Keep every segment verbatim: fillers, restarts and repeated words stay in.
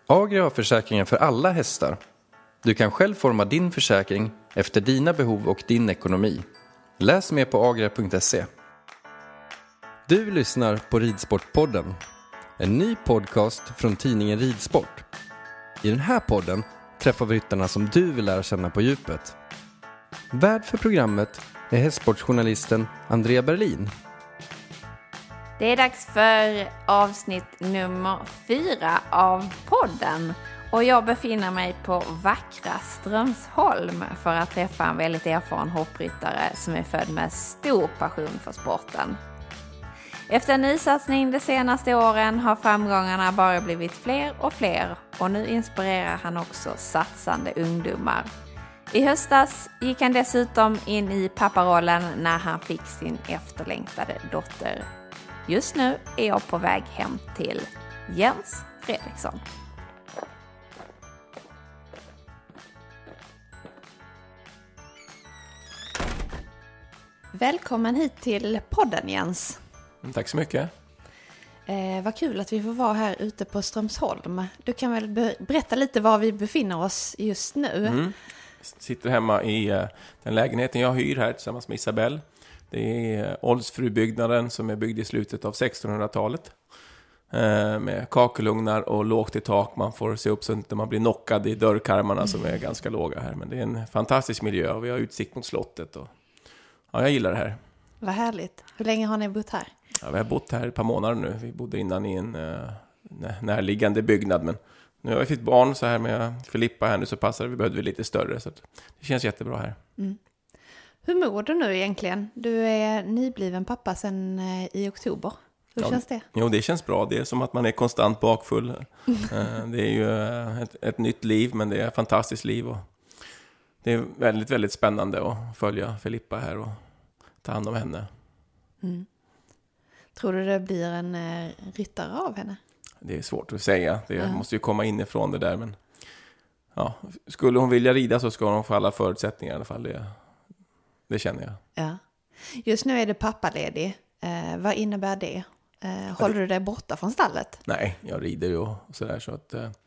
Agria har försäkringar för alla hästar. Du kan själv forma din försäkring efter dina behov och din ekonomi. Läs mer på agria punkt se. Du lyssnar på Ridsportpodden. En ny podcast från tidningen Ridsport. I den här podden träffar vi ryttarna som du vill lära känna på djupet. Värd för programmet är hästsportsjournalisten Andrea Berlin. Det är dags för avsnitt nummer fyra av podden. Och jag befinner mig på vackra Strömsholm för att träffa en väldigt erfaren hoppryttare som är född med stor passion för sporten. Efter en nysatsning de senaste åren har framgångarna bara blivit fler och fler och nu inspirerar han också satsande ungdomar. I höstas gick han dessutom in i papparollen när han fick sin efterlängtade dotter. Just nu är jag på väg hem till Jens Fredriksson. Välkommen hit till podden, Jens. Tack så mycket. Eh, vad kul att vi får vara här ute på Strömsholm. Du kan väl be- berätta lite var vi befinner oss just nu? Mm. Sitter hemma i uh, den lägenheten jag hyr här tillsammans med Isabelle. Det är uh, Oldsfrubyggnaden som är byggd i slutet av sextonhundratalet. Uh, med kakelugnar och lågt i tak. Man får se upp så att man blir knockad i dörrkarmarna som är ganska låga här. Men det är en fantastisk miljö och vi har utsikt mot slottet. Och, ja, jag gillar det här. Vad härligt. Hur länge har ni bott här? Ja, vi har bott här ett par månader nu. Vi bodde innan i en uh, närliggande byggnad. Men nu har vi fått barn så här med Filippa här nu så passar det. Vi behövde vi lite större så att det känns jättebra här. Mm. Hur mår du nu egentligen? Du är nybliven pappa sedan uh, i oktober. Hur ja, känns det? Jo, det känns bra. Det är som att man är konstant bakfull. uh, det är ju uh, ett, ett nytt liv men det är ett fantastiskt liv. Och det är väldigt, väldigt spännande att följa Filippa här och ta hand om henne. Mm. Tror du det blir en uh, ryttare av henne? Det är svårt att säga. Det Ja. måste ju komma inifrån det där. Men ja, skulle hon vilja rida så ska hon få alla förutsättningar i alla fall. Det, det känner jag. Ja. Just nu är det pappaledig. Eh, vad innebär det? Eh, håller du dig borta från stallet? Nej, jag rider ju och sådär. Så att, eh,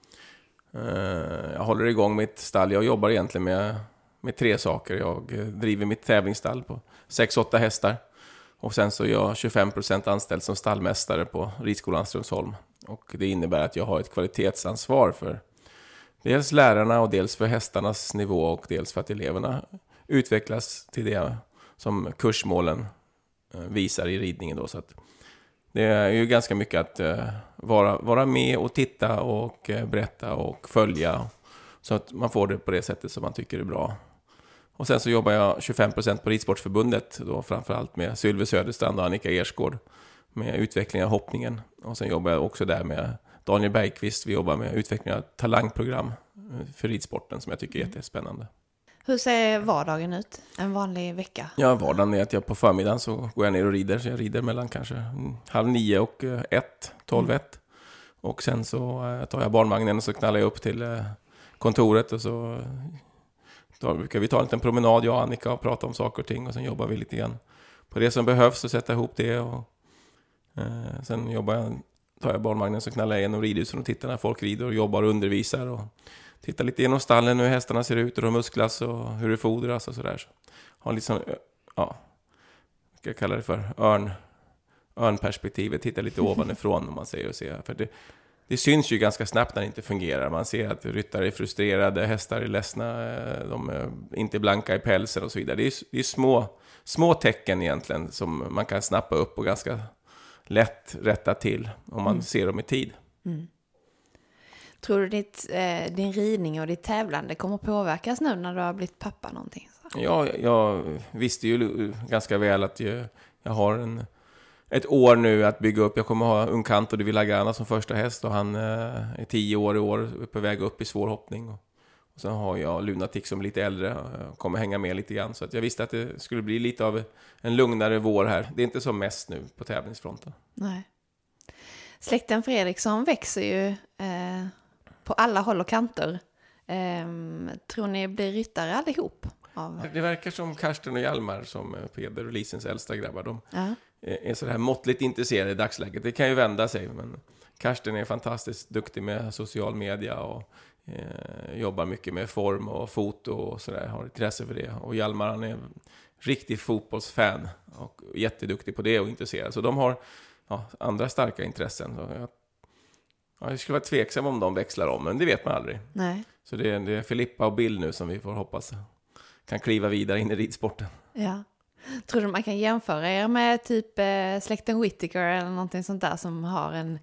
jag håller igång mitt stall. Jag jobbar egentligen med, med tre saker. Jag eh, driver mitt tävlingsstall på sex åtta hästar. Och sen så är jag tjugofem procent anställd som stallmästare på Ridskolan Strömsholm. Och det innebär att jag har ett kvalitetsansvar för dels lärarna och dels för hästarnas nivå och dels för att eleverna utvecklas till det som kursmålen visar i ridningen då. Så att det är ju ganska mycket att vara, vara med och titta och berätta och följa så att man får det på det sättet som man tycker är bra. Och sen så jobbar jag tjugofem procent på Ridsportförbundet då framförallt med Sylve Söderstrand och Annika Ersgård med utveckling av hoppningen. Och sen jobbar jag också där med Daniel Bergqvist. Vi jobbar med utveckling av talangprogram för ridsporten som jag tycker är jättespännande. Hur ser vardagen ut? En vanlig vecka? Ja, vardagen är att jag på förmiddagen så går jag ner och rider. Så jag rider mellan kanske halv nio och ett, tolv ett. Och sen så tar jag barnvagnen och så knallar jag upp till kontoret och så då brukar vi ta en liten promenad, jag och Annika, och prata om saker och ting. Och sen jobbar vi lite grann på det som behövs och sätta ihop det. Och eh, sen jobbar jag, tar jag barnvagnen så knallar jag igenom ridhusen och tittar när folk rider och jobbar och undervisar. Och tittar lite genom stallen hur hästarna ser ut och hur de musklas och hur det fodras och sådär. Så har liksom, ja, vad ska jag kalla det för? Örn, örnperspektivet, titta lite ovanifrån om man säger och ser. För det, det syns ju ganska snabbt när det inte fungerar. Man ser att ryttare är frustrerade, hästar är ledsna, de är inte blanka i pälsen och så vidare. Det är, det är små, små tecken egentligen som man kan snappa upp och ganska lätt rätta till om man mm. ser dem i tid. Mm. Tror du ditt, eh, din ridning och ditt tävlande kommer påverkas nu när du har blivit pappa någonting? Så? Ja, jag visste ju ganska väl att jag, jag har en, ett år nu att bygga upp. Jag kommer ha Uncanto de Villagana som första häst och han eh, är tio år i år på väg upp i svår hoppning. Och, och sen har jag Lunatic som är lite äldre och kommer hänga med lite grann. Så att jag visste att det skulle bli lite av en lugnare vår här. Det är inte som mest nu på tävlingsfronten. Nej. Släkten Fredriksson växer ju eh, på alla håll och kanter. Eh, tror ni blir ryttare allihop? Av... Det verkar som Karsten och Hjalmar som Peder och Lisens äldsta grabbar. De ja. är så här måttligt intresserade i dagsläget. Det kan ju vända sig, men Karsten är fantastiskt duktig med social media och eh, jobbar mycket med form och foto och sådär, har intresse för det. Och Hjalmar, han är riktig fotbollsfan och jätteduktig på det och intresserad. Så de har ja, andra starka intressen. Så jag, ja, jag skulle vara tveksam om de växlar om, men det vet man aldrig. Nej. Så det är, det är Filippa och Bill nu som vi får hoppas kan kliva vidare in i ridsporten. Ja. Tror du man kan jämföra er med typ eh, släkten Whittaker eller någonting sånt där som har en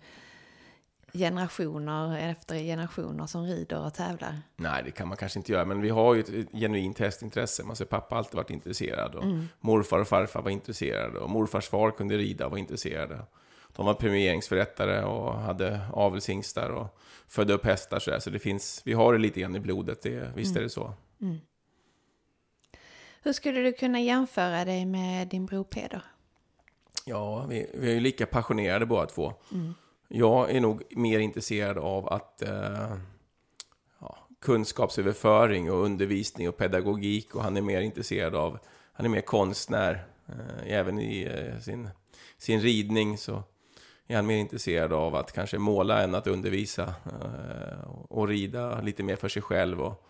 generationer efter generationer som rider och tävlar? Nej, det kan man kanske inte göra, men vi har ju ett genuint hästintresse. Man ser pappa har alltid varit intresserad och Mm. morfar och farfar var intresserade och morfars far kunde rida och var intresserade. De var premieringsförrättare och hade avelshingstar och födde upp hästar så där. Så det finns, vi har det lite grann i blodet, det, visst är det så. Mm. Hur skulle du kunna jämföra dig med din bror Peder? Ja, vi, vi är ju lika passionerade båda två. Mm. Jag är nog mer intresserad av att eh, ja, kunskapsöverföring och undervisning och pedagogik, och han är mer intresserad av, han är mer konstnär. Eh, även i eh, sin, sin ridning så är han mer intresserad av att kanske måla än att undervisa eh, och, och rida lite mer för sig själv. Och,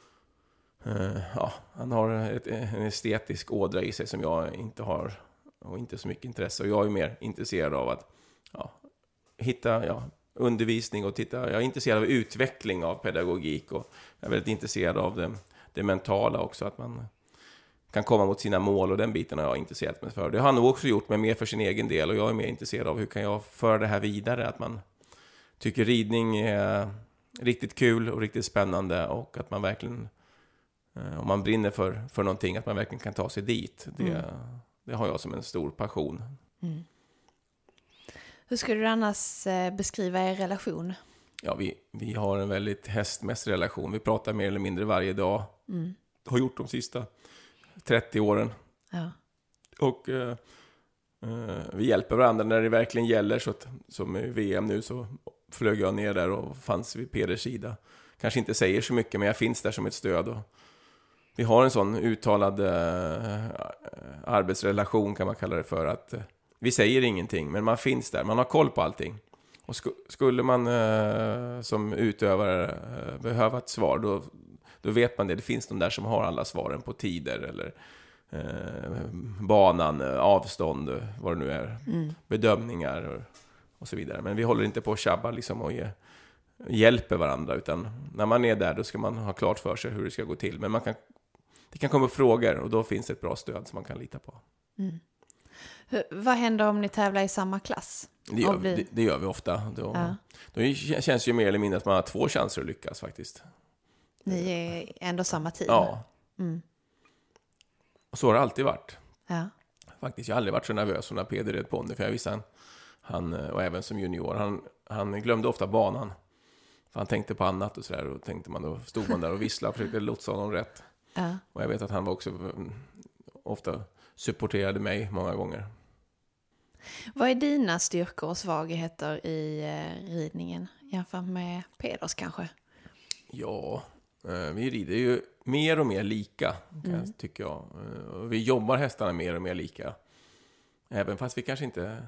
eh, ja, han har ett, en estetisk ådra i sig som jag inte har och inte så mycket intresse. Och jag är mer intresserad av att ja, hitta ja, undervisning och titta. Jag är intresserad av utveckling av pedagogik och jag är väldigt intresserad av det, det mentala också, att man kan komma mot sina mål, och den biten har jag intresserat mig för. Det har han nog också gjort, men mer för sin egen del, och jag är mer intresserad av hur kan jag föra det här vidare, att man tycker ridning är riktigt kul och riktigt spännande, och att man verkligen, om man brinner för, för någonting, att man verkligen kan ta sig dit. Det, mm. det har jag som en stor passion. Mm. Hur skulle du annars beskriva er relation? Ja, vi, vi har en väldigt hästmässig relation. Vi pratar mer eller mindre varje dag. Mm. Har gjort de sista trettio åren. Ja. Och eh, eh, vi hjälper varandra när det verkligen gäller. Så att, som i V M nu så flög jag ner där och fanns vid Peders sida. Kanske inte säger så mycket, men jag finns där som ett stöd. Och vi har en sån uttalad eh, arbetsrelation, kan man kalla det för, att eh, vi säger ingenting, men man finns där. Man har koll på allting. Och sk- skulle man eh, som utövare eh, behöva ett svar, då, då vet man det. Det finns de där som har alla svaren på tider eller eh, banan, avstånd, vad det nu är. Mm. Bedömningar och, och så vidare. Men vi håller inte på att tjabba liksom, och ge, hjälper varandra. Utan när man är där, då ska man ha klart för sig hur det ska gå till. Men man kan, det kan komma upp frågor, och då finns det ett bra stöd som man kan lita på. Mm. Hur, vad händer om ni tävlar i samma klass? Det gör, vi, det, det gör vi ofta. Då, ja. då känns ju mer eller mindre att man har två chanser att lyckas faktiskt. Ni är ändå samma team? Ja. Mm. Och så har det alltid varit. Ja. Faktiskt, jag har aldrig varit så nervös som när Peder red ponny. För jag visste han, han, och även som junior, han, han glömde ofta banan. För han tänkte på annat och sådär. Och tänkte man, då stod man där och visslade och försökte lotsa honom rätt. Ja. Och jag vet att han var också ofta supporterade mig många gånger. Vad är dina styrkor och svagheter i eh, ridningen jämfört med Peders kanske? Ja, eh, vi rider ju mer och mer lika, kan mm. jag, tycker jag. Eh, vi jobbar hästarna mer och mer lika. Även fast vi kanske inte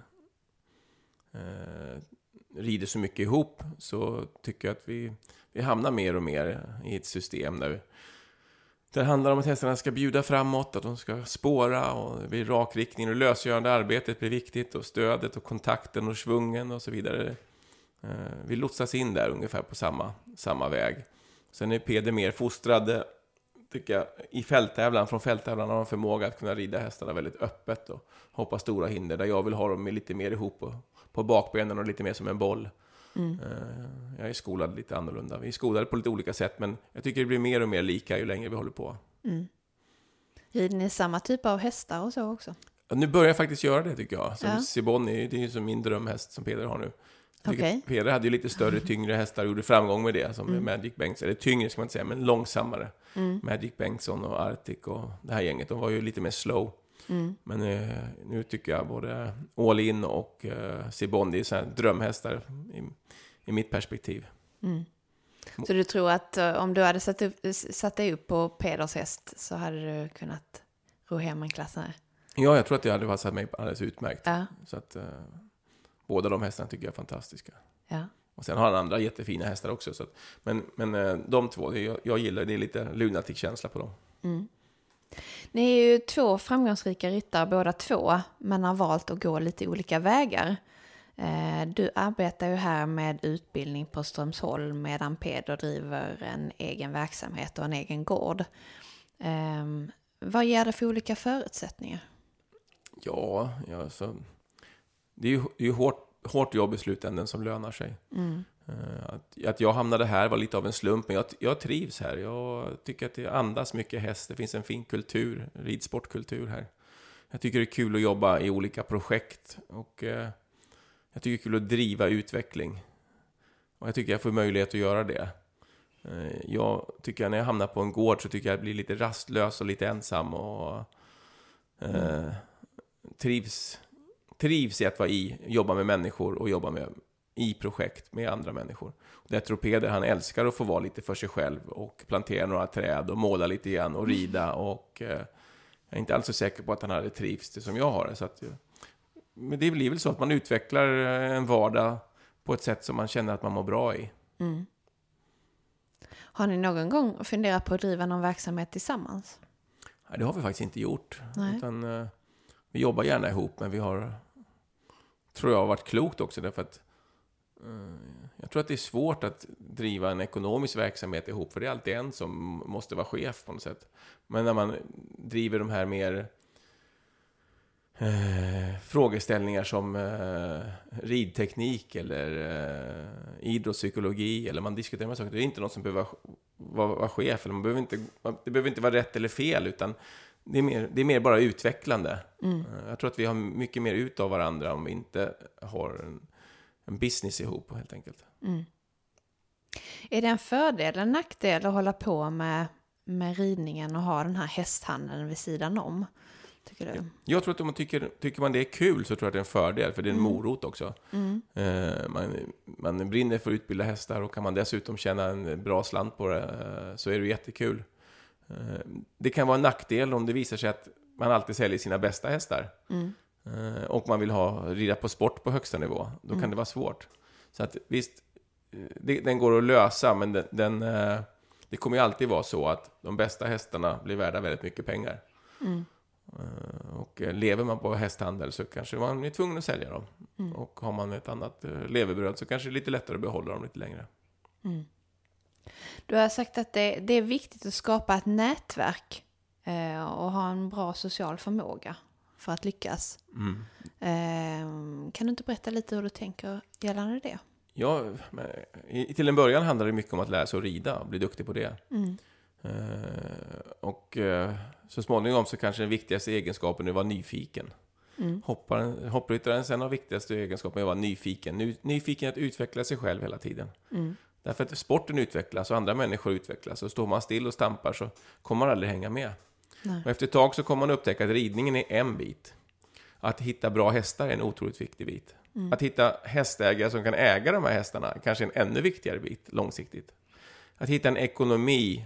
eh, rider så mycket ihop, så tycker jag att vi, vi hamnar mer och mer i ett system där vi, det handlar om att hästarna ska bjuda framåt, att de ska spåra, och det blir rakriktning och lösgörande arbetet blir viktigt, och stödet och kontakten och svungen och så vidare. Vi lotsas in där ungefär på samma, samma väg. Sen är Peder mer fostrad, tycker jag, i fälttävlan. Från fälttävlan har de förmåga att kunna rida hästarna väldigt öppet och hoppa stora hinder, där jag vill ha dem lite mer ihop på, på bakbenen och lite mer som en boll. Mm. Jag är skolad lite annorlunda. Vi är skolade på lite olika sätt, men jag tycker det blir mer och mer lika ju längre vi håller på. Mm. Rider ni samma typ av hästar och så också? Ja, nu börjar jag faktiskt göra det, tycker jag. Som ja. Siboney, det är ju som min drömhäst som Peder har nu. Okay. Peder hade ju lite större, tyngre hästar och gjorde framgång med det, som mm. med Magic Bengtsson. Eller tyngre ska man inte säga, men långsammare. Mm. Magic Bengtsson och Arctic och det här gänget, de var ju lite mer slow. Mm. Men eh, nu tycker jag både All In och eh, Siboney är så här drömhästar i, i mitt perspektiv. Mm. Så du tror att uh, om du hade satt, upp, satt dig upp på Peders häst, så hade du kunnat ro hem en klass här? Ja, jag tror att det hade passat mig alldeles utmärkt. Ja. Så att uh, båda de hästarna tycker jag är fantastiska. Ja. Och sen har han andra jättefina hästar också. Så att, men, men eh, de två, det, jag, jag gillar det. Är lite lunatic-känsla på dem. Mm. Ni är ju två framgångsrika ryttare båda två, men har valt att gå lite olika vägar. Eh, du arbetar ju här med utbildning på Strömsholm medan Peder driver en egen verksamhet och en egen gård. Eh, vad ger det för olika förutsättningar? Ja, ja så, det är ju, det är ju hårt, hårt jobb i slutändan som lönar sig. Mm. Att, att jag hamnade här var lite av en slump, men jag, jag trivs här. Jag tycker att det andas mycket häst. Det finns en fin kultur, ridsportkultur här. Jag tycker det är kul att jobba i olika projekt och eh, jag tycker det är kul att driva utveckling. Och jag tycker jag får möjlighet att göra det. Eh, jag tycker att när jag hamnar på en gård så tycker jag att jag blir lite rastlös och lite ensam och eh, mm. trivs, trivs i att vara i, jobba med människor och jobba med i projekt med andra människor. Och jag tror Peder, han älskar att få vara lite för sig själv och plantera några träd och måla lite grann och rida och eh, jag är inte alls så säker på att han hade trivs det som jag har. Så att, men det blir väl så att man utvecklar en vardag på ett sätt som man känner att man mår bra i. Mm. Har ni någon gång funderat på att driva någon verksamhet tillsammans? Nej, det har vi faktiskt inte gjort. Nej. Utan, eh, vi jobbar gärna ihop, men vi har, tror jag, har varit klokt också därför att jag tror att det är svårt att driva en ekonomisk verksamhet ihop, för det är alltid en som måste vara chef på något sätt. Men när man driver de här mer eh, frågeställningar som eh, ridteknik eller eh, idrottspsykologi, eller man diskuterar med saker, det är inte någon som behöver vara, vara chef, eller man behöver inte, det behöver inte vara rätt eller fel, utan det är mer, det är mer bara utvecklande. Mm. Jag tror att vi har mycket mer ut av varandra om vi inte har en en business ihop helt enkelt. Mm. Är det en fördel eller en nackdel att hålla på med, med ridningen och ha den här hästhandeln vid sidan om? Tycker du? Jag tror att om man tycker, tycker man det är kul så tror jag att det är en fördel, för det är en mm. morot också. Mm. Eh, man, man brinner för att utbilda hästar och kan man dessutom tjäna en bra slant på det eh, så är det jättekul. Eh, det kan vara en nackdel om det visar sig att man alltid säljer sina bästa hästar. Mm. Och man vill ha rida på sport på högsta nivå, då kan mm. det vara svårt. Så att visst, det, den går att lösa, men den, den, det kommer ju alltid vara så att de bästa hästarna blir värda väldigt mycket pengar. Mm. Och lever man på hästhandel så kanske man är tvungen att sälja dem. Mm. Och har man ett annat levebröd så kanske det är lite lättare att behålla dem lite längre. Mm. Du har sagt att det, det är viktigt att skapa ett nätverk och ha en bra social förmåga för att lyckas. Mm. Eh, kan du inte berätta lite hur du tänker gällande det? Ja, men, i, till en början handlar det mycket om att lära sig att rida och bli duktig på det. Mm. Eh, och eh, så småningom så kanske den viktigaste egenskapen är att vara nyfiken. Mm. Hopparen, hoppryttaren sen har viktigaste egenskapen är att vara nyfiken. Ny, nyfiken att utveckla sig själv hela tiden. Mm. Därför att sporten utvecklas och andra människor utvecklas. Och står man still och stampar så kommer man aldrig hänga med. Nej. Och efter ett tag så kommer man upptäcka att ridningen är en bit. Att hitta bra hästar är en otroligt viktig bit. Mm. Att hitta hästägare som kan äga de här hästarna kanske är en ännu viktigare bit långsiktigt. Att hitta en ekonomi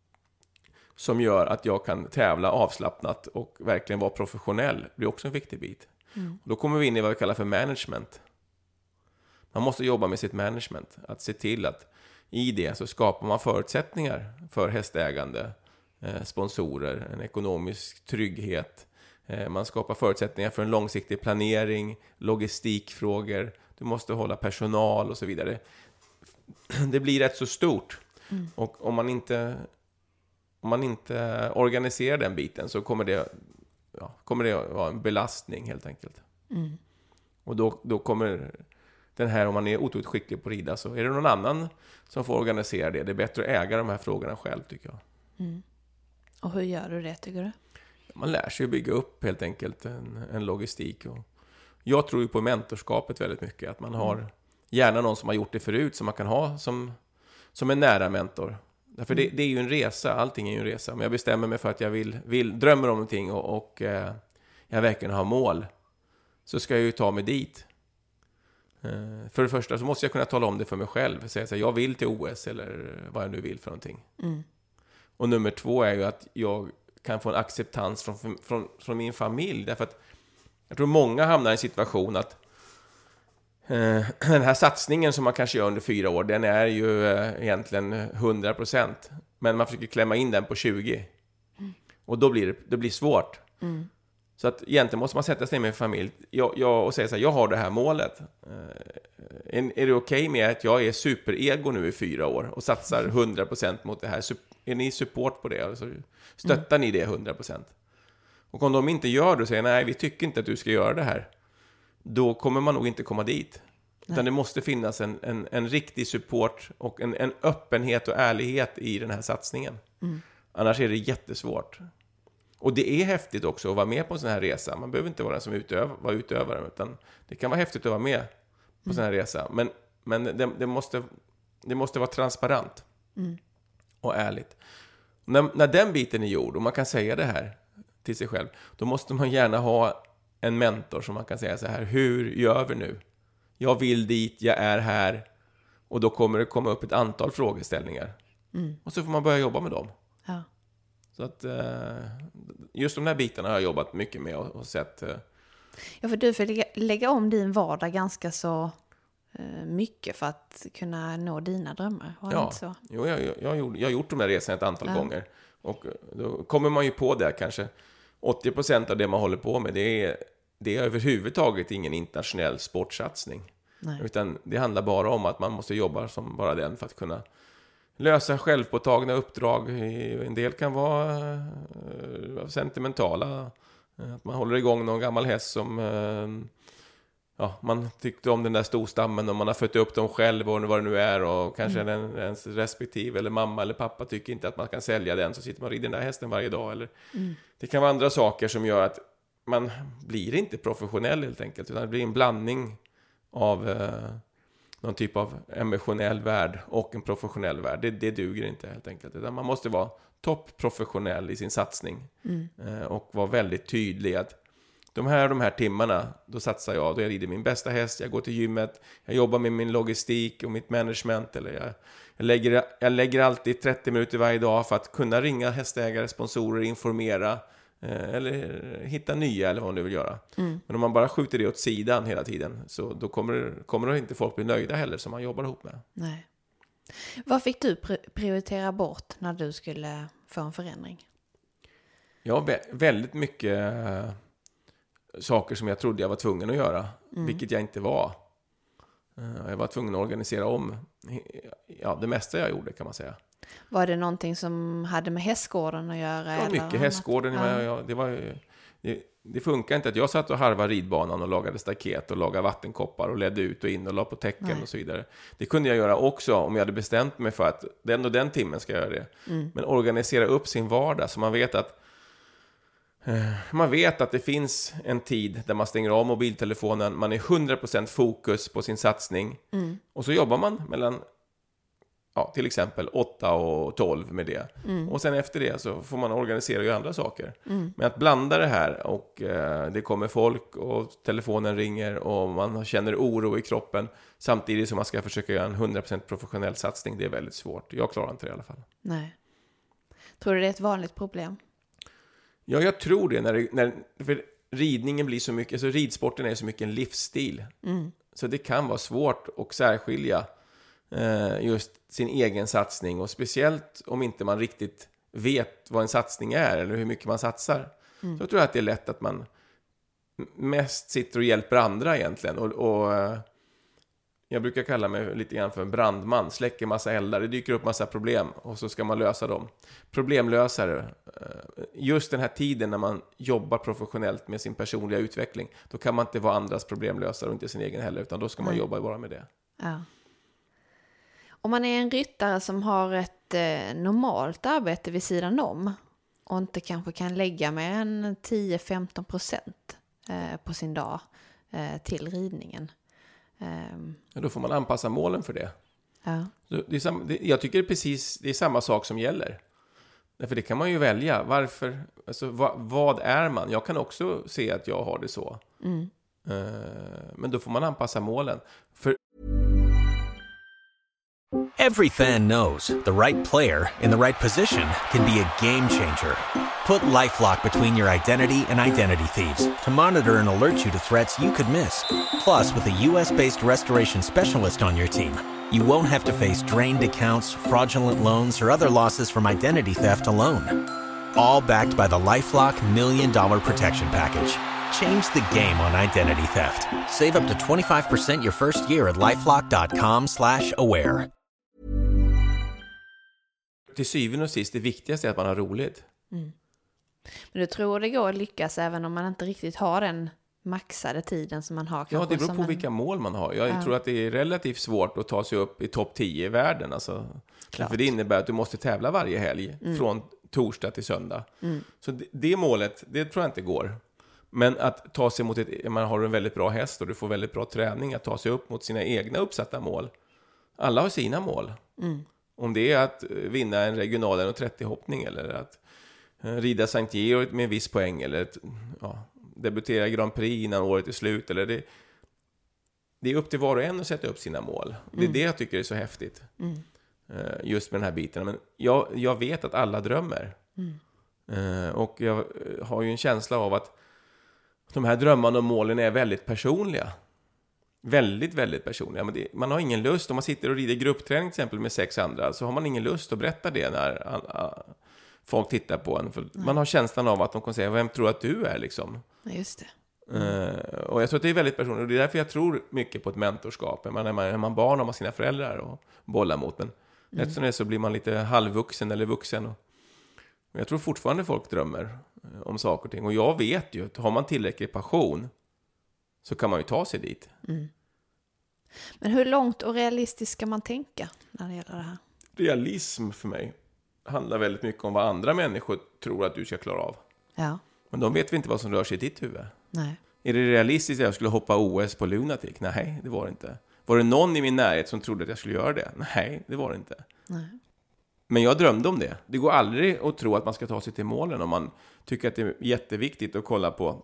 som gör att jag kan tävla avslappnat och verkligen vara professionell blir också en viktig bit. Mm. Och då kommer vi in i vad vi kallar för management. Man måste jobba med sitt management. Att se till att i det så skapar man förutsättningar för hästägande, sponsorer, en ekonomisk trygghet. Man skapar förutsättningar för en långsiktig planering, logistikfrågor. Du måste hålla personal och så vidare. Det blir rätt så stort. Mm. Och om man inte om man inte organiserar den biten så kommer det, ja, kommer det att vara en belastning helt enkelt. Mm. Och då, då kommer den här, om man är otroligt skicklig på att rida så är det någon annan som får organisera det. Det är bättre att äga de här frågorna själv tycker jag. Mm. Och hur gör du det tycker du? Man lär sig att bygga upp helt enkelt en, en logistik. Och jag tror ju på mentorskapet väldigt mycket. Att man har mm. gärna någon som har gjort det förut som man kan ha som, som en nära mentor. Därför mm. det, det är ju en resa, allting är ju en resa. Men jag bestämmer mig för att jag vill, vill drömmer om någonting och, och eh, jag verkligen har mål. Så ska jag ju ta mig dit. Eh, för det första så måste jag kunna tala om det för mig själv. Säga så här, jag vill till O S eller vad jag nu vill för någonting. Mm. Och nummer två är ju att jag kan få en acceptans från, från, från min familj. Därför att jag tror många hamnar i en situation att Den här satsningen som man kanske gör under fyra år, den är ju egentligen hundra procent. Men man försöker klämma in den på tjugo. Mm. Och då blir det, det blir svårt. Mm. Så att egentligen måste man sätta sig med en familj jag, jag, och säga så här, jag har det här målet. Är, är det okej okay med att jag är superego nu i fyra år och satsar hundra procent mot det här? Är ni support på det? Alltså, stöttar mm. ni det hundra procent? Och om de inte gör det och säger, nej, vi tycker inte att du ska göra det här. Då kommer man nog inte komma dit. Nej. Utan det måste finnas en, en, en riktig support och en, en öppenhet och ärlighet i den här satsningen. Mm. Annars är det jättesvårt. Och det är häftigt också att vara med på en sån här resa. Man behöver inte vara den som utöv, vara utövare, utan det kan vara häftigt att vara med på mm. sån här resa. Men, men det, det, måste, det måste vara transparent mm. och ärligt. När, när den biten är gjord och man kan säga det här till sig själv, då måste man gärna ha en mentor som man kan säga så här, hur gör vi nu? Jag vill dit, jag är här. Och då kommer det komma upp ett antal frågeställningar. Mm. Och så får man börja jobba med dem. Ja. Så att just de här bitarna har jag jobbat mycket med och sett. Ja, för du får lägga, lägga om din vardag ganska så mycket för att kunna nå dina drömmar. Var ja, inte så? Jo, jag, jag, jag, gjort, jag har gjort de här resorna ett antal ja. gånger. Och då kommer man ju på det kanske. åttio procent av det man håller på med, det är, det är överhuvudtaget ingen internationell sportsatsning. Nej. Utan det handlar bara om att man måste jobba som bara den för att kunna lösa självpåtagna uppdrag. En del kan vara uh, sentimentala. Att man håller igång någon gammal häst som uh, ja, man tyckte om den där storstammen och man har fött upp dem själv och vad det nu är. Och kanske mm. den, ens respektive eller mamma eller pappa tycker inte att man kan sälja den. Så sitter man och rider den där hästen varje dag. Eller, mm. Det kan vara andra saker som gör att man blir inte professionell helt enkelt. Utan det blir en blandning av uh, någon typ av emotionell värld och en professionell värld. Det, det duger inte helt enkelt. Utan man måste vara toppprofessionell i sin satsning. Mm. Uh, och vara väldigt tydlig att de här, de här timmarna, då satsar jag. Då jag rider min bästa häst, jag går till gymmet. Jag jobbar med min logistik och mitt management. Eller jag, jag, lägger, jag lägger alltid trettio minuter varje dag för att kunna ringa hästägare, sponsorer, informera. Eller hitta nya eller vad du vill göra. Mm. Men om man bara skjuter det åt sidan hela tiden, så då kommer, kommer inte folk bli nöjda heller som man jobbar ihop med. Nej. Vad fick du prioritera bort när du skulle få en förändring? Ja, väldigt mycket saker som jag trodde jag var tvungen att göra. Mm. Vilket jag inte var. Jag var tvungen att organisera om ja, det mesta jag gjorde, kan man säga. Var det någonting som hade med hästgården att göra? Ja, mycket eller hästgården. Ja. Jag, det, var, det, det funkar inte att jag satt och harvade ridbanan och lagade staket och lagade vattenkoppar och ledde ut och in och la på täcken. Nej. Och så vidare. Det kunde jag göra också om jag hade bestämt mig för att den och den timmen ska jag göra det. Mm. Men organisera upp sin vardag så man vet att eh, man vet att det finns en tid där man stänger av mobiltelefonen. Man är hundra procent fokus på sin satsning. Mm. Och så jobbar man mellan ja, till exempel åtta och tolv med det. Mm. Och sen efter det så får man organisera och göra andra saker. Mm. Men att blanda det här och eh, det kommer folk och telefonen ringer och man känner oro i kroppen samtidigt som man ska försöka göra en hundra procent professionell satsning, det är väldigt svårt. Jag klarar inte det i alla fall. Nej. Tror du det är ett vanligt problem? Ja, jag tror det. När, det, när för ridningen blir så mycket, alltså ridsporten är så mycket en livsstil. Mm. Så det kan vara svårt att särskilja just sin egen satsning, och speciellt om inte man riktigt vet vad en satsning är eller hur mycket man satsar. Mm. Så jag tror att det är lätt att man mest sitter och hjälper andra egentligen, och, och jag brukar kalla mig lite grann för en brandman, släcker massa eldar, det dyker upp massa problem och så ska man lösa dem. Problemlösare, just den här tiden när man jobbar professionellt med sin personliga utveckling, då kan man inte vara andras problemlösare och inte sin egen heller, utan då ska man Nej. jobba bara med det. Ja. Om man är en ryttare som har ett eh, normalt arbete vid sidan om och inte kanske kan lägga mer än tio till femton procent eh, på sin dag eh, till ridningen. Um, ja, då får man anpassa målen för det. Ja. Så det är sam- det, jag tycker det är precis det är samma sak som gäller. Därför det kan man ju välja. Varför, alltså, va, vad är man? Jag kan också se att jag har det så. Mm. Uh, men då får man anpassa målen. För Every fan knows the right player in the right position can be a game changer. Put LifeLock between your identity and identity thieves to monitor and alert you to threats you could miss. Plus, with a U S-based restoration specialist on your team, you won't have to face drained accounts, fraudulent loans, or other losses from identity theft alone. All backed by the LifeLock Million Dollar Protection Package. Change the game on identity theft. Save up to twenty-five percent your first year at LifeLock.com slash aware. Till syvende och sist, det viktigaste är att man har roligt. Mm. Men du tror det går att lyckas även om man inte riktigt har den maxade tiden som man har? Ja, det beror på en... vilka mål man har. Jag ja. tror att det är relativt svårt att ta sig upp i topp tio i världen. Alltså. För det innebär att du måste tävla varje helg mm. från torsdag till söndag. Mm. Så det, det målet, det tror jag inte går. Men att ta sig mot ett, man har en väldigt bra häst och du får väldigt bra träning att ta sig upp mot sina egna uppsatta mål. Alla har sina mål. Mm. Om det är att vinna en regional en trettio hoppning eller att rida Sankt Georg med en viss poäng eller ett, ja, debutera i Grand Prix innan året är slut. Eller det, det är upp till var och en att sätta upp sina mål. Det är mm. det jag tycker är så häftigt. Mm. Just med den här biten. Men jag, jag vet att alla drömmer. Mm. Och jag har ju en känsla av att de här drömmarna och målen är väldigt personliga. Väldigt, väldigt personliga. Men det, man har ingen lust, om man sitter och rider gruppträning till exempel med sex andra, så har man ingen lust att berätta det när alla, folk tittar på en. För man har känslan av att de kan säga, vem tror att du är liksom? Ja, just det. Mm. Uh, och jag tror att det är väldigt personligt. Och det är därför jag tror mycket på ett mentorskap. Man, är, man, är man barn har man sina föräldrar och bollar mot. Men mm. eftersom det så blir man lite halvvuxen eller vuxen. Och, och jag tror fortfarande folk drömmer om saker och ting. Och jag vet ju att har man tillräcklig passion så kan man ju ta sig dit. Mm. Men hur långt och realistiskt ska man tänka när det gäller det här? Realism för mig handlar väldigt mycket om vad andra människor tror att du ska klara av. Ja. Men de vet vi inte vad som rör sig i ditt huvud. Nej. Är det realistiskt att jag skulle hoppa O S på Lunatic? Nej, det var det inte. Var det någon i min närhet som trodde att jag skulle göra det? Nej, det var det inte. Nej. Men jag drömde om det. Det går aldrig att tro att man ska ta sig till målen om man tycker att det är jätteviktigt att kolla på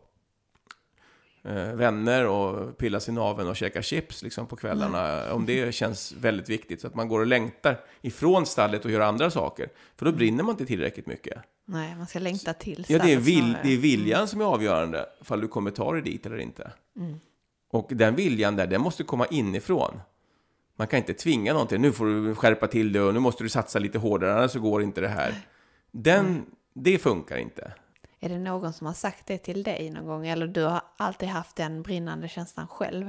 eh, vänner och pilla sin naveln och käka chips liksom, på kvällarna. Nej. Om det känns väldigt viktigt så att man går och längtar ifrån stallet och gör andra saker. För då brinner man inte tillräckligt mycket. Nej, man ska längta till. Ja, det är, vil- det är viljan som är avgörande för du kommer ta dig dit eller inte. Mm. Och den viljan där, den måste komma inifrån. Man kan inte tvinga någonting. Nu får du skärpa till det och nu måste du satsa lite hårdare, annars så går inte det här. Den, mm. Det funkar inte. Är det någon som har sagt det till dig någon gång? Eller du har alltid haft den brinnande känslan själv?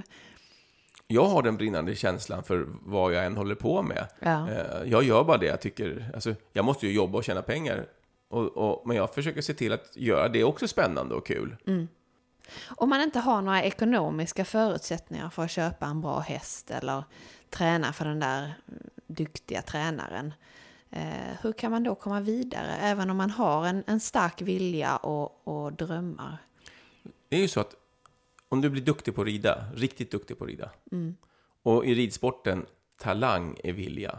Jag har den brinnande känslan för vad jag än håller på med. Ja. Jag gör bara det jag tycker. Alltså, jag måste ju jobba och tjäna pengar. Och, och, men jag försöker se till att göra det också spännande och kul. Mm. Om man inte har några ekonomiska förutsättningar för att köpa en bra häst eller träna för den där duktiga tränaren, eh, hur kan man då komma vidare även om man har en, en stark vilja och, och drömmar? Det är ju så att om du blir duktig på att rida, riktigt duktig på att rida, mm. och i ridsporten talang är vilja,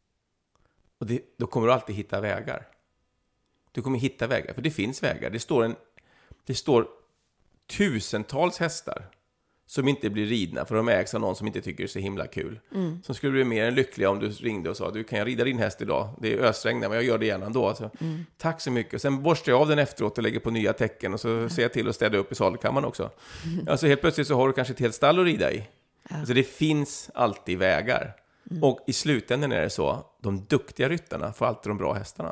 och det, då kommer du alltid hitta vägar. Du kommer hitta vägar, för det finns vägar. Det står, en, det står tusentals hästar som inte blir ridna för de ägs av någon som inte tycker det är så himla kul. Mm. Som skulle bli mer än lyckliga om du ringde och sa, du kan jag rida din häst idag? Det är ösregn, men jag gör det gärna ändå. Alltså, mm. Tack så mycket. Och sen borstar jag av den efteråt och lägger på nya tecken och så mm. ser jag till att städa upp i sadelkammaren också. Mm. Alltså helt plötsligt så har du kanske ett helt stall att rida i. Ja. Alltså det finns alltid vägar. Mm. Och i slutändan är det så, de duktiga ryttarna får alltid de bra hästarna.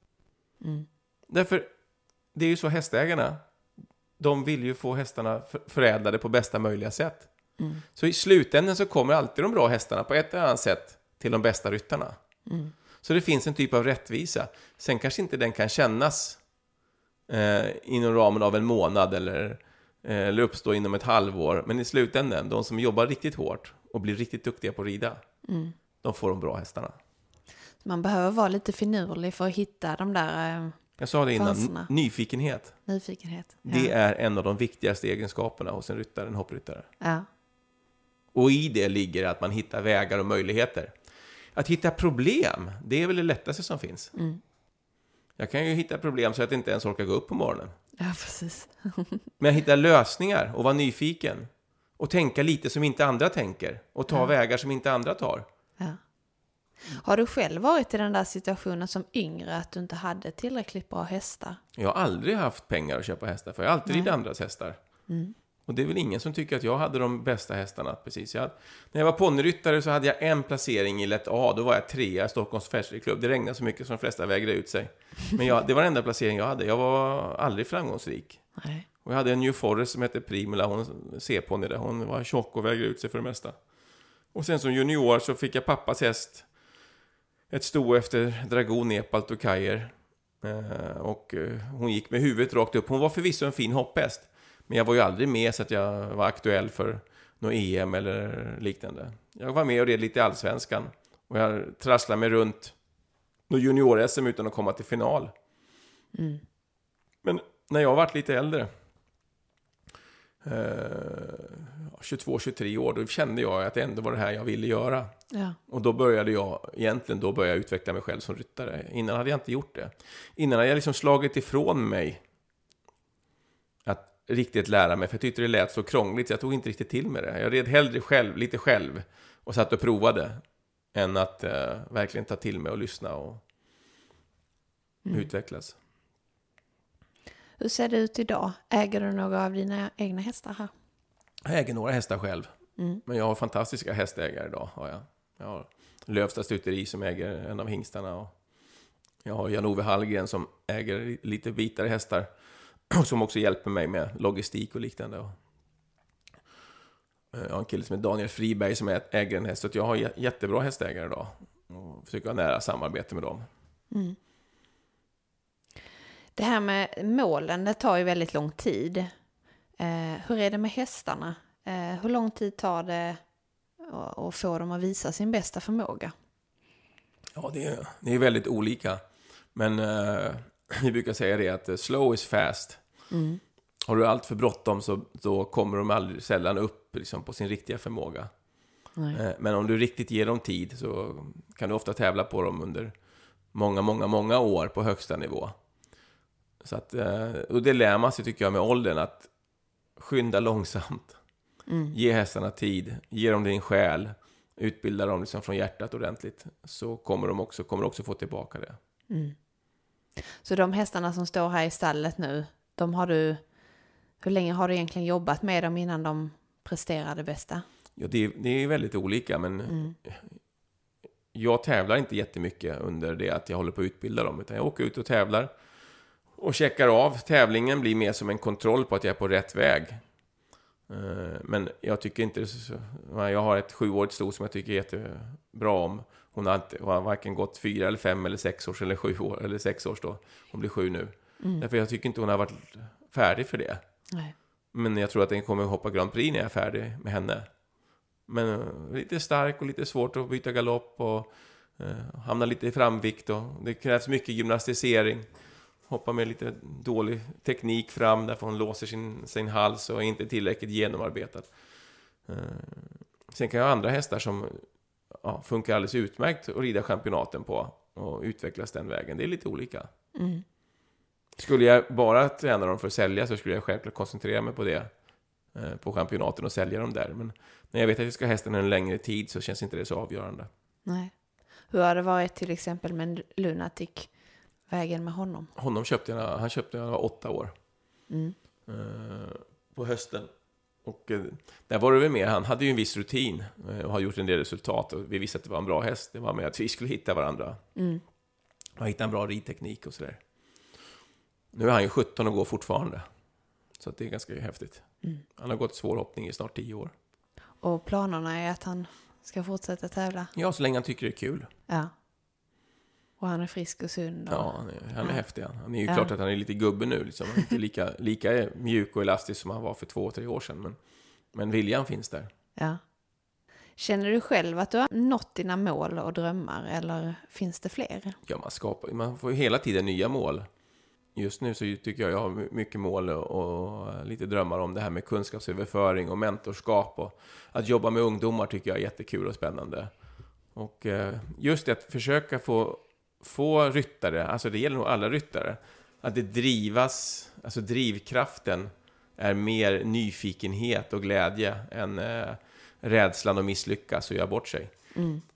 Mm. Därför, det är ju så hästägarna, de vill ju få hästarna förädlade på bästa möjliga sätt. Mm. Så i slutändan så kommer alltid de bra hästarna på ett eller annat sätt till de bästa ryttarna. Mm. Så det finns en typ av rättvisa. Sen kanske inte den kan kännas eh, inom ramen av en månad eller, eh, eller uppstå inom ett halvår. Men i slutändan, de som jobbar riktigt hårt och blir riktigt duktiga på att rida, mm. de får de bra hästarna. Man behöver vara lite finurlig för att hitta de där... Eh... Jag sa det innan, Fanserna. nyfikenhet. Nyfikenhet. Ja. Det är en av de viktigaste egenskaperna hos en ryttare, en hoppryttare. Ja. Och i det ligger att man hittar vägar och möjligheter. Att hitta problem, det är väl det lättaste som finns. Mm. Jag kan ju hitta problem så att jag inte ens orkar gå upp på morgonen. Ja, precis. Men jag hittar lösningar och vara nyfiken. Och tänka lite som inte andra tänker. Och ta ja. vägar som inte andra tar. Ja. Har du själv varit i den där situationen som yngre att du inte hade tillräckligt bra hästar? Jag har aldrig haft pengar att köpa hästar för jag har alltid ridit andras hästar. Mm. Och det är väl ingen som tycker att jag hade de bästa hästarna precis. Jag hade, när jag var ponnyryttare så hade jag en placering i lätt A. Då var jag trea i Stockholms Färdsriklubb. Det regnade så mycket som de flesta vägrade ut sig. Men jag, det var den enda placering jag hade. Jag var aldrig framgångsrik. Nej. Och jag hade en New Forest som hette Primula. Hon C-ponny där. Hon var tjock och vägrade ut sig för det mesta. Och sen som junior så fick jag pappas häst. Ett sto efter Dragon, Nepal och Kajer. Eh, och eh, hon gick med huvudet rakt upp. Hon var förvisso en fin hopphäst. Men jag var ju aldrig med så att jag var aktuell för något E M eller liknande. Jag var med och red lite i Allsvenskan. Och jag trasslade mig runt något junior-S M utan att komma till final. Mm. Men när jag varit lite äldre, eh, tjugotvå tjugotre år, då kände jag att det ändå var det här jag ville göra. Ja. Och då började jag, egentligen då började jag utveckla mig själv som ryttare. Innan hade jag inte gjort det. Innan hade jag liksom slagit ifrån mig att riktigt lära mig, för jag tyckte det lät så krångligt så jag tog inte riktigt till med det. Jag red hellre själv, lite själv och satt och provade än att eh, verkligen ta till mig och lyssna och mm. utvecklas. Hur ser det ut idag? Äger du några av dina egna hästar här? Jag äger några hästar själv. Mm. Men jag har fantastiska hästägare idag. Har jag. jag har Lövsta Stuteri som äger en av hingstarna. Och jag har Jan-Ove Hallgren som äger lite bitare hästar. Som också hjälper mig med logistik och liknande. Jag har en kille som heter Daniel Friberg som äger en häst. Så jag har jättebra hästägare idag. Och försöker ha nära samarbete med dem. Mm. Det här med målen, det tar ju väldigt lång tid. Eh, hur är det med hästarna? Eh, hur lång tid tar det att få dem att visa sin bästa förmåga? Ja, det är, det är väldigt olika. Men eh, vi brukar säga det att slow is fast. Mm. Har du allt för bråttom så då kommer de aldrig sällan upp liksom, på sin riktiga förmåga. Eh, men om du riktigt ger dem tid så kan du ofta tävla på dem under många, många, många år på högsta nivå. Så att, och det lär man sig tycker jag med åldern att skynda långsamt. Mm. Ge hästarna tid, ge dem din själ, utbilda dem liksom från hjärtat ordentligt. Så kommer de också, kommer också få tillbaka det. Mm. Så de hästarna som står här i stallet nu, de har du, hur länge har du egentligen jobbat med dem innan de presterar det bästa? Ja, det, det är väldigt olika men mm. jag tävlar inte jättemycket under det att jag håller på att utbilda dem. Utan jag åker ut och tävlar. Och checkar av. Tävlingen blir mer som en kontroll på att jag är på rätt väg. Men jag tycker inte så. Jag har ett sjuårigt sto som jag tycker är jättebra om. Hon har, inte, hon har varken gått fyra eller fem eller sex års eller sju år eller sex års då. Hon blir sju nu. Mm. Därför jag tycker inte hon har varit färdig för det. Nej. Men jag tror att den kommer hoppa Grand Prix när jag är färdig med henne. Men lite stark och lite svårt att byta galopp och eh, hamna lite i framvikt. Och det krävs mycket gymnastisering. Hoppa med lite dålig teknik fram därför hon låser sin, sin hals och är inte tillräckligt genomarbetat. Uh, sen kan jag ha andra hästar som ja, funkar alldeles utmärkt att rida championaten på och utvecklas den vägen. Det är lite olika. Mm. Skulle jag bara träna dem för att sälja så skulle jag självklart koncentrera mig på det uh, på championaten och sälja dem där. Men när jag vet att jag ska ha hästen en längre tid så känns inte det så avgörande. Nej. Hur har det varit till exempel med Lunatic? Vägen med honom. Honom köpte jag, han köpte jag när jag var åtta år. Mm. Uh, på hösten. Och uh, där var det väl mer, han hade ju en viss rutin uh, och har gjort en del resultat. Och vi visste att det var en bra häst. Det var med att vi skulle hitta varandra. Mm. Och hitta en bra ridteknik och sådär. Nu är han ju sjutton och går fortfarande. Så att det är ganska häftigt. Mm. Han har gått svårhoppning i snart tio år. Och planerna är att han ska fortsätta tävla? Ja, så länge han tycker det är kul. Ja. Och han är frisk och sund. Och... Ja, han är, han är ja. häftig. Han är ju ja. klart att han är lite gubbe nu. Liksom. Han är inte lika, lika mjuk och elastisk som han var för två, tre år sedan. Men, men viljan finns där. Ja. Känner du själv att du har nått dina mål och drömmar? Eller finns det fler? Ja, man, skapar, man får ju hela tiden nya mål. Just nu så tycker jag jag har mycket mål och, och lite drömmar om det här med kunskapsöverföring och mentorskap. Och att jobba med ungdomar tycker jag är jättekul och spännande. Och just det att försöka få... få ryttare, alltså det gäller nog alla ryttare, att det drivas, alltså drivkraften är mer nyfikenhet och glädje än eh, rädslan att misslyckas och göra bort sig. Mm.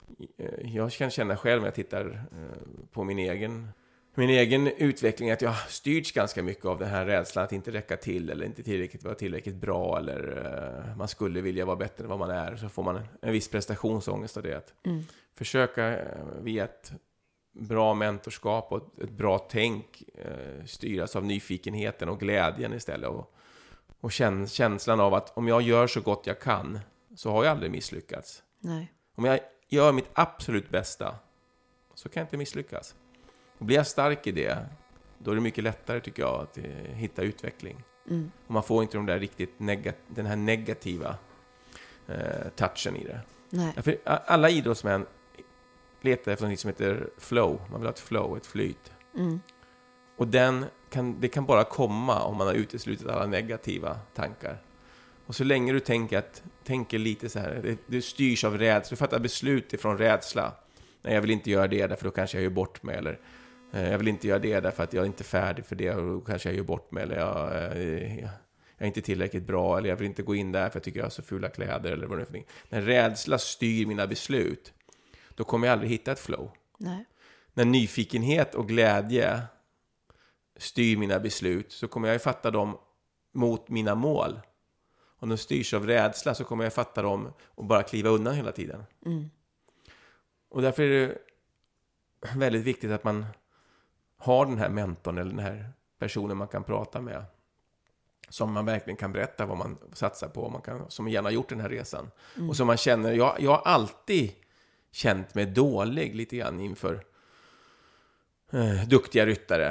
jag kan känna själv när jag tittar på min egen, min egen utveckling att jag har styrts ganska mycket av den här rädslan att inte räcka till eller inte tillräckligt, vara tillräckligt bra eller man skulle vilja vara bättre än vad man är. Så får man en, en viss prestationsångest av det. Att mm. försöka via ett bra mentorskap och ett, ett bra tänk eh, styras av nyfikenheten och glädjen istället. Och, och käns- känslan av att om jag gör så gott jag kan så har jag aldrig misslyckats. Nej. Om jag gör mitt absolut bästa så kan jag inte misslyckas. Och blir jag stark i det, då är det mycket lättare tycker jag att eh, hitta utveckling. Mm. Och man får inte de där riktigt neg- den här negativa eh, touchen i det. Nej. För alla idrottsmän letar efter något som heter flow. Man vill ha ett flow, ett flyt. Mm. Och den kan, det kan bara komma om man har uteslutit alla negativa tankar. Och så länge du tänker, att, tänker lite så här, det, det styrs av rädsla. Du fattar beslut ifrån rädsla. Nej, jag vill inte göra det därför då kanske jag gör bort mig. Eller eh, jag vill inte göra det därför att jag är inte färdig för det och då kanske jag gör bort mig. Eller jag, eh, jag är inte tillräckligt bra. Eller jag vill inte gå in där för jag tycker jag har så fula kläder. Eller vad det är för någonting. När rädsla styr mina beslut, då kommer jag aldrig hitta ett flow. Nej. När nyfikenhet och glädje styr mina beslut så kommer jag fatta dem mot mina mål. Om de styrs av rädsla så kommer jag fatta dem och bara kliva undan hela tiden. Mm. Och därför är det väldigt viktigt att man har den här mentorn eller den här personen man kan prata med. Som man verkligen kan berätta vad man satsar på. Man kan, som gärna har gjort den här resan. Mm. Och som man känner, jag, jag har alltid känt mig dålig lite grann inför eh, duktiga ryttare.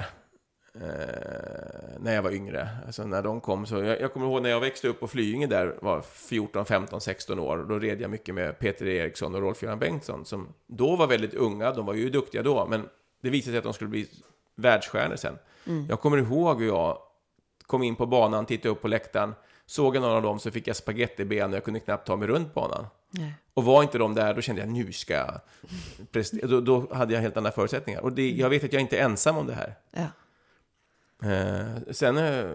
Eh, när jag var yngre. Alltså när de kom så, jag, jag kommer ihåg när jag växte upp på Flyinge där var fjorton, femton, sexton år. Då red jag mycket med Peter Eriksson och Rolf-Göran Bengtsson som då var väldigt unga. De var ju duktiga då, men det visade sig att de skulle bli världsstjärnor sen. Mm. Jag kommer ihåg hur jag kom in på banan, tittade upp på läktaren, såg jag någon av dem så fick jag spagettiben och jag kunde knappt ta mig runt banan. Nej. Och var inte de där, då kände jag nu ska jag prestera. Då, då hade jag helt andra förutsättningar. Och det, jag vet att jag inte är ensam om det här. Ja. Eh, sen eh,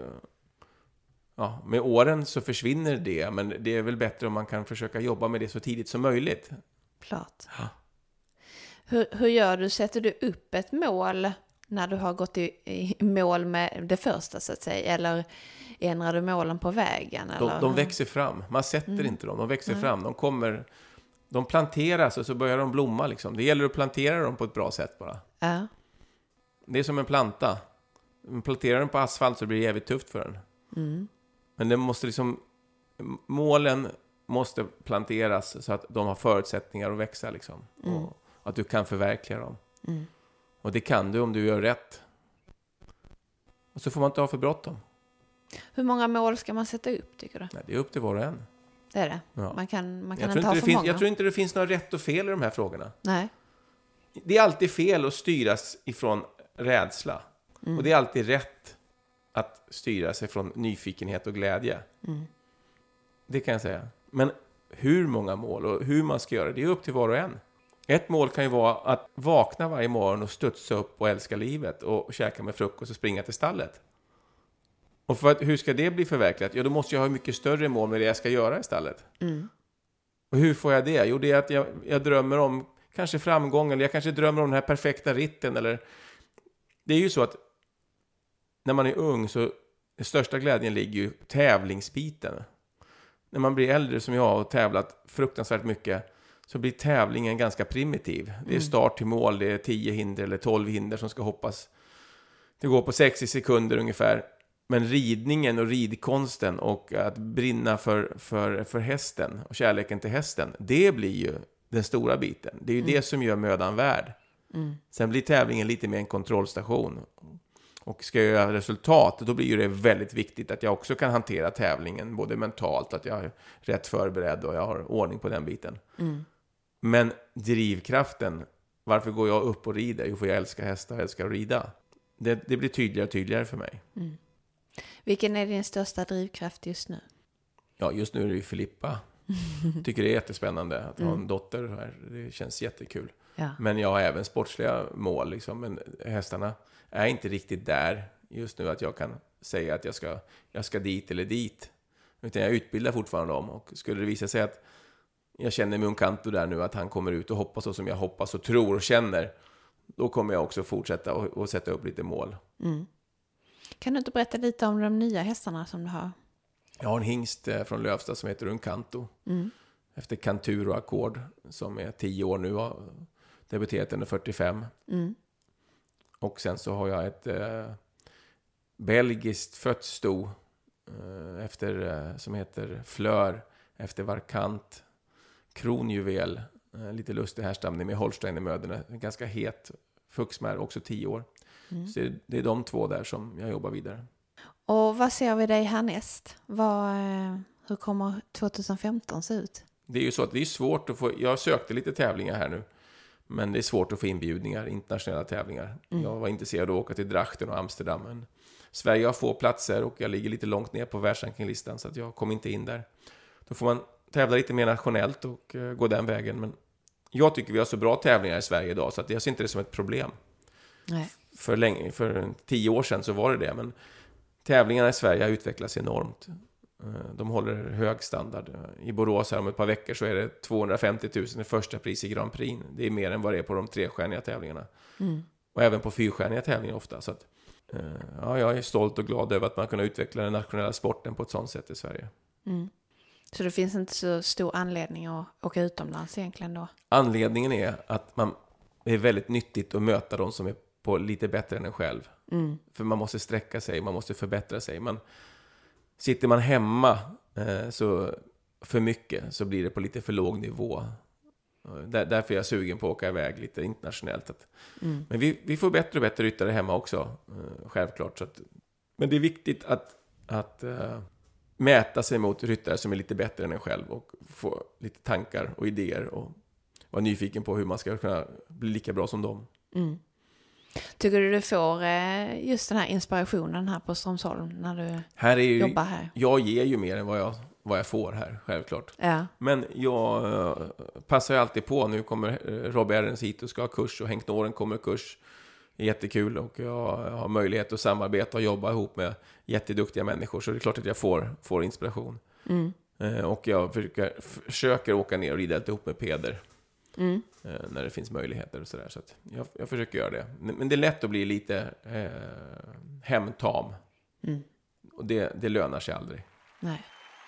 ja, med åren så försvinner det, men det är väl bättre om man kan försöka jobba med det så tidigt som möjligt. Klart. Ja. Hur, hur gör du? Sätter du upp ett mål när du har gått i, i mål med det första så att säga, eller ändrar du målen på vägen? Eller? De, de växer fram, man sätter mm. inte dem, de växer mm. fram, de kommer, de planteras och så börjar de blomma liksom. Det gäller att plantera dem på ett bra sätt bara. Ja. Det är som en planta. Man planterar den på asfalt så blir det jävligt tufft för den. Mm. Men det måste liksom, målen måste planteras så att de har förutsättningar att växa liksom. Mm. Och att du kan förverkliga dem. Mm. Och det kan du om du gör rätt. Och så får man inte ha för bråttom. Hur många mål ska man sätta upp tycker du? Nej, det är upp till var och en. Det är det? Ja. Man kan, man kan jag inte ha för finns, många. Jag tror inte det finns några rätt och fel i de här frågorna. Nej. Det är alltid fel att styras ifrån rädsla. Mm. Och det är alltid rätt att styra sig från nyfikenhet och glädje. Mm. Det kan jag säga. Men hur många mål och hur man ska göra det är upp till var och en. Ett mål kan ju vara att vakna varje morgon och studsa upp och älska livet och käka med frukost och springa till stallet. Och för att, hur ska det bli förverkligat? Ja, då måste jag ha mycket större mål med det jag ska göra i stallet. Mm. Och hur får jag det? Jo, det är att jag, jag drömmer om kanske framgång eller jag kanske drömmer om den här perfekta ritten. Eller... Det är ju så att när man är ung så den största glädjen ligger ju tävlingsbiten. När man blir äldre som jag och tävlat fruktansvärt mycket så blir tävlingen ganska primitiv. Det är start till mål, det är tio hinder eller tolv hinder som ska hoppas. Det går på sextio sekunder ungefär. Men ridningen och ridkonsten och att brinna för, för, för hästen och kärleken till hästen, det blir ju den stora biten. Det är ju mm. det som gör mödan värd. Mm. Sen blir tävlingen lite mer en kontrollstation. Och ska jag göra resultat, då blir det väldigt viktigt att jag också kan hantera tävlingen. Både mentalt, att jag är rätt förberedd och jag har ordning på den biten. Mm. Men drivkraften, varför går jag upp och rider? Jo, för jag älskar hästar och älskar att rida. Det, det blir tydligare och tydligare för mig. Mm. Vilken är din största drivkraft just nu? Ja, just nu är det ju Filippa. Tycker det är jättespännande att ha en dotter här. Det känns jättekul. Ja. Men jag har även sportsliga mål. Liksom. Men hästarna är inte riktigt där just nu att jag kan säga att jag ska, jag ska dit eller dit. Utan jag utbildar fortfarande dem. Och skulle det visa sig att jag känner med Uncanto där nu att han kommer ut och hoppas så som jag hoppas och tror och känner, då kommer jag också fortsätta och, och sätta upp lite mål. Mm. Kan du inte berätta lite om de nya hästarna som du har? Jag har en hingst från Lövstad som heter Uncanto. Mm. Efter Kantur och Ackord som är tio år nu och debuterat under fyrtiofem. Mm. Och sen så har jag ett eh, belgiskt fött sto eh, efter, eh, som heter Flör efter Varkant. Kronjuvel, eh, lite lustig härstamning med Holstein i möderna. Ganska het fuxmär, också tio år. Mm. Så det, det är de två där som jag jobbar vidare. Och vad ser vi dig härnäst? Vad, eh, hur kommer tjugohundrafemton se ut? Det är ju så att det är svårt att få... Jag sökte lite tävlingar här nu. Men det är svårt att få inbjudningar, internationella tävlingar. Mm. Jag var intresserad av att åka till Drachten och Amsterdam. Men Sverige har få platser och jag ligger lite långt ner på världsrankinglistan så att jag kom inte in där. Då får man tävla lite mer nationellt och uh, gå den vägen. Men jag tycker vi har så bra tävlingar i Sverige idag så att jag ser inte det som ett problem. Nej. För, länge, för tio år sedan så var det det. Men tävlingarna i Sverige har utvecklats enormt. De håller hög standard. I Borås här om ett par veckor så är det tvåhundrafemtio tusen i första pris i Grand Prix. Det är mer än vad det är på de trestjärniga tävlingarna. Mm. Och även på fyrstjärniga tävlingar ofta. Så att, ja, jag är stolt och glad över att man kan utveckla den nationella sporten på ett sådant sätt i Sverige. Mm. Så det finns inte så stor anledning att åka utomlands egentligen då? Anledningen är att man är väldigt nyttigt att möta de som är på lite bättre än en själv. Mm. För man måste sträcka sig, man måste förbättra sig. Man, sitter man hemma eh, så för mycket så blir det på lite för låg nivå. Där, därför är jag sugen på att åka iväg lite internationellt. Att, mm. Men vi, vi får bättre och bättre ryttare hemma också, eh, självklart. Så att, men det är viktigt att, att eh, mäta sig mot ryttare som är lite bättre än en själv och få lite tankar och idéer och vara nyfiken på hur man ska kunna bli lika bra som dem. Mm. Tycker du du får just den här inspirationen här på Strömsholm när du här är ju, jobbar här? Jag ger ju mer än vad jag, vad jag får här, självklart. Ja. Men jag uh, passar ju alltid på. Nu kommer uh, Rob Erens hit och ska ha kurs och Henk Noren kommer kurs. Det är jättekul och jag har möjlighet att samarbeta och jobba ihop med jätteduktiga människor. Så det är klart att jag får, får inspiration. Mm. Uh, och jag försöker, försöker åka ner och rida lite ihop med Peder. Mm. När det finns möjligheter och sådär. Så att jag, jag försöker göra det. Men det är lätt att bli lite eh, hemtam. Mm. Och det, det lönar sig aldrig. Nej.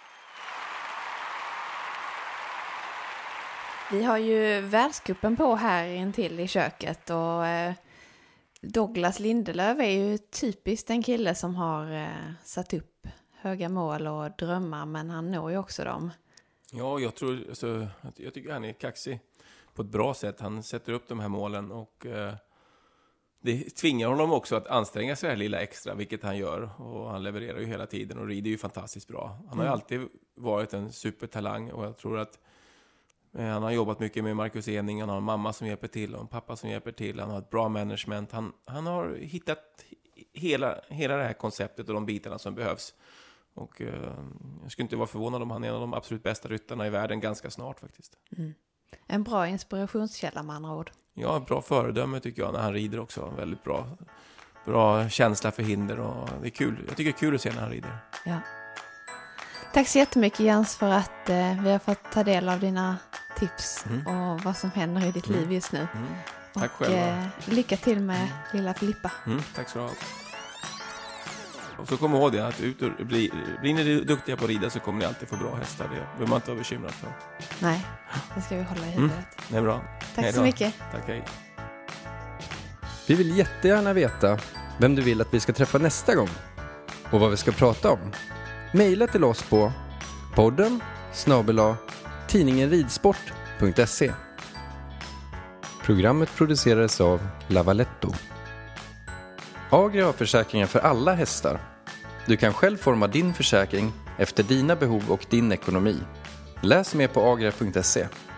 Vi har ju världscupen på här intill i köket. Och eh, Douglas Lindelöf är ju typiskt en kille som har eh, satt upp höga mål och drömmar. Men han når ju också dem. Ja, jag tror alltså, jag tycker han är kaxig på ett bra sätt. Han sätter upp de här målen och eh, det tvingar honom också att anstränga sig här lilla extra, vilket han gör. Och han levererar ju hela tiden och rider ju fantastiskt bra. Han har ju alltid varit en supertalang och jag tror att eh, han har jobbat mycket med Marcus Ening. Han har en mamma som hjälper till och en pappa som hjälper till. Han har ett bra management. Han, han har hittat hela, hela det här konceptet och de bitarna som behövs. Och eh, jag skulle inte vara förvånad om han är en av de absolut bästa ryttarna i världen ganska snart faktiskt. Mm. En bra inspirationskälla med andra ord. Ja, bra föredöme tycker jag när han rider också. Väldigt bra, bra känsla för hinder och det är kul. Jag tycker det är kul att se när han rider. Ja. Tack så jättemycket Jens för att eh, vi har fått ta del av dina tips mm. och vad som händer i ditt mm. liv just nu. Mm. Tack och, själv. Eh, lycka till med mm. lilla Filippa. Mm. Tack så mycket. Och så kom ihåg det att ut och bli, blir ni duktiga på att rida så kommer ni alltid få bra hästar. Det behöver man inte vara bekymrad för. Nej, det ska vi hålla i huvudet. Mm, det är bra. Tack så mycket. Tack, hej. Vi vill jättegärna veta vem du vill att vi ska träffa nästa gång och vad vi ska prata om. Maila till oss på podden snabel-a tidningen ridsport punkt se. Programmet producerades av Lavaletto. Agria har försäkringar för alla hästar. Du kan själv forma din försäkring efter dina behov och din ekonomi. Läs mer på agria punkt se.